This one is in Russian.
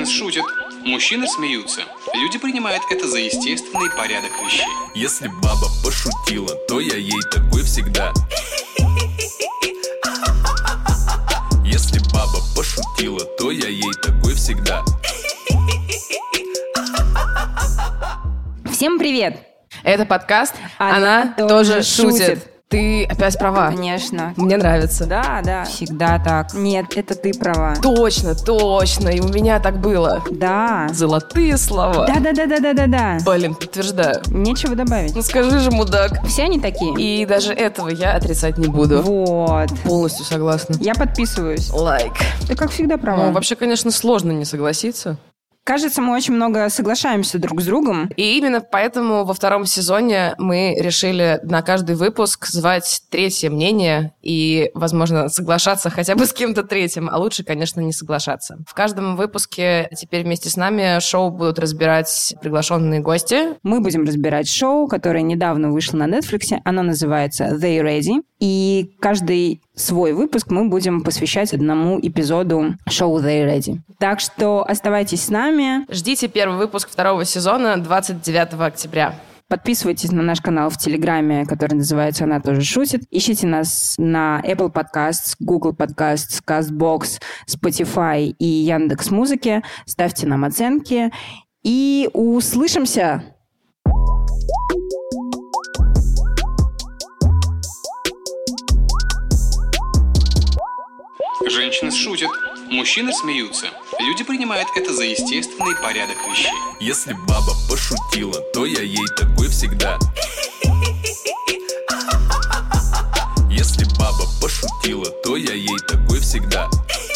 шутят, мужчины смеются. Люди принимают это за естественный порядок вещей. Если баба пошутила, то я ей такой всегда. Если баба пошутила, то я ей такой всегда. Всем привет! Это подкаст «Она тоже шутит». Ты опять права. Конечно. Мне нравится. Да. Всегда так. Нет, это ты права. Точно. И у меня так было. Да. Золотые слова. Да. Блин, подтверждаю. Нечего добавить. Ну скажи же, мудак. Все они такие. И даже этого я отрицать не буду. Вот. Полностью согласна. Я подписываюсь. Лайк. Ты как всегда права. Ну, вообще, конечно, сложно не согласиться. Кажется, мы очень много соглашаемся друг с другом. И именно поэтому во втором сезоне мы решили на каждый выпуск звать третье мнение и, возможно, соглашаться хотя бы с кем-то третьим, а лучше, конечно, не соглашаться. В каждом выпуске теперь вместе с нами шоу будут разбирать приглашенные гости. Мы будем разбирать шоу, которое недавно вышло на Netflix. Оно называется They Ready. И каждый свой выпуск мы будем посвящать одному эпизоду шоу They Ready. Так что оставайтесь с нами. Ждите первый выпуск второго сезона 29 октября. Подписывайтесь на наш канал в Телеграме, который называется «Она тоже шутит». Ищите нас на Apple Podcasts, Google Podcasts, CastBox, Spotify и Яндекс.Музыке. Ставьте нам оценки. И услышимся! Женщины шутят, мужчины смеются. Люди принимают это за естественный порядок вещей. Если баба пошутила, то я ей такой всегда. Если баба пошутила, то я ей такой всегда.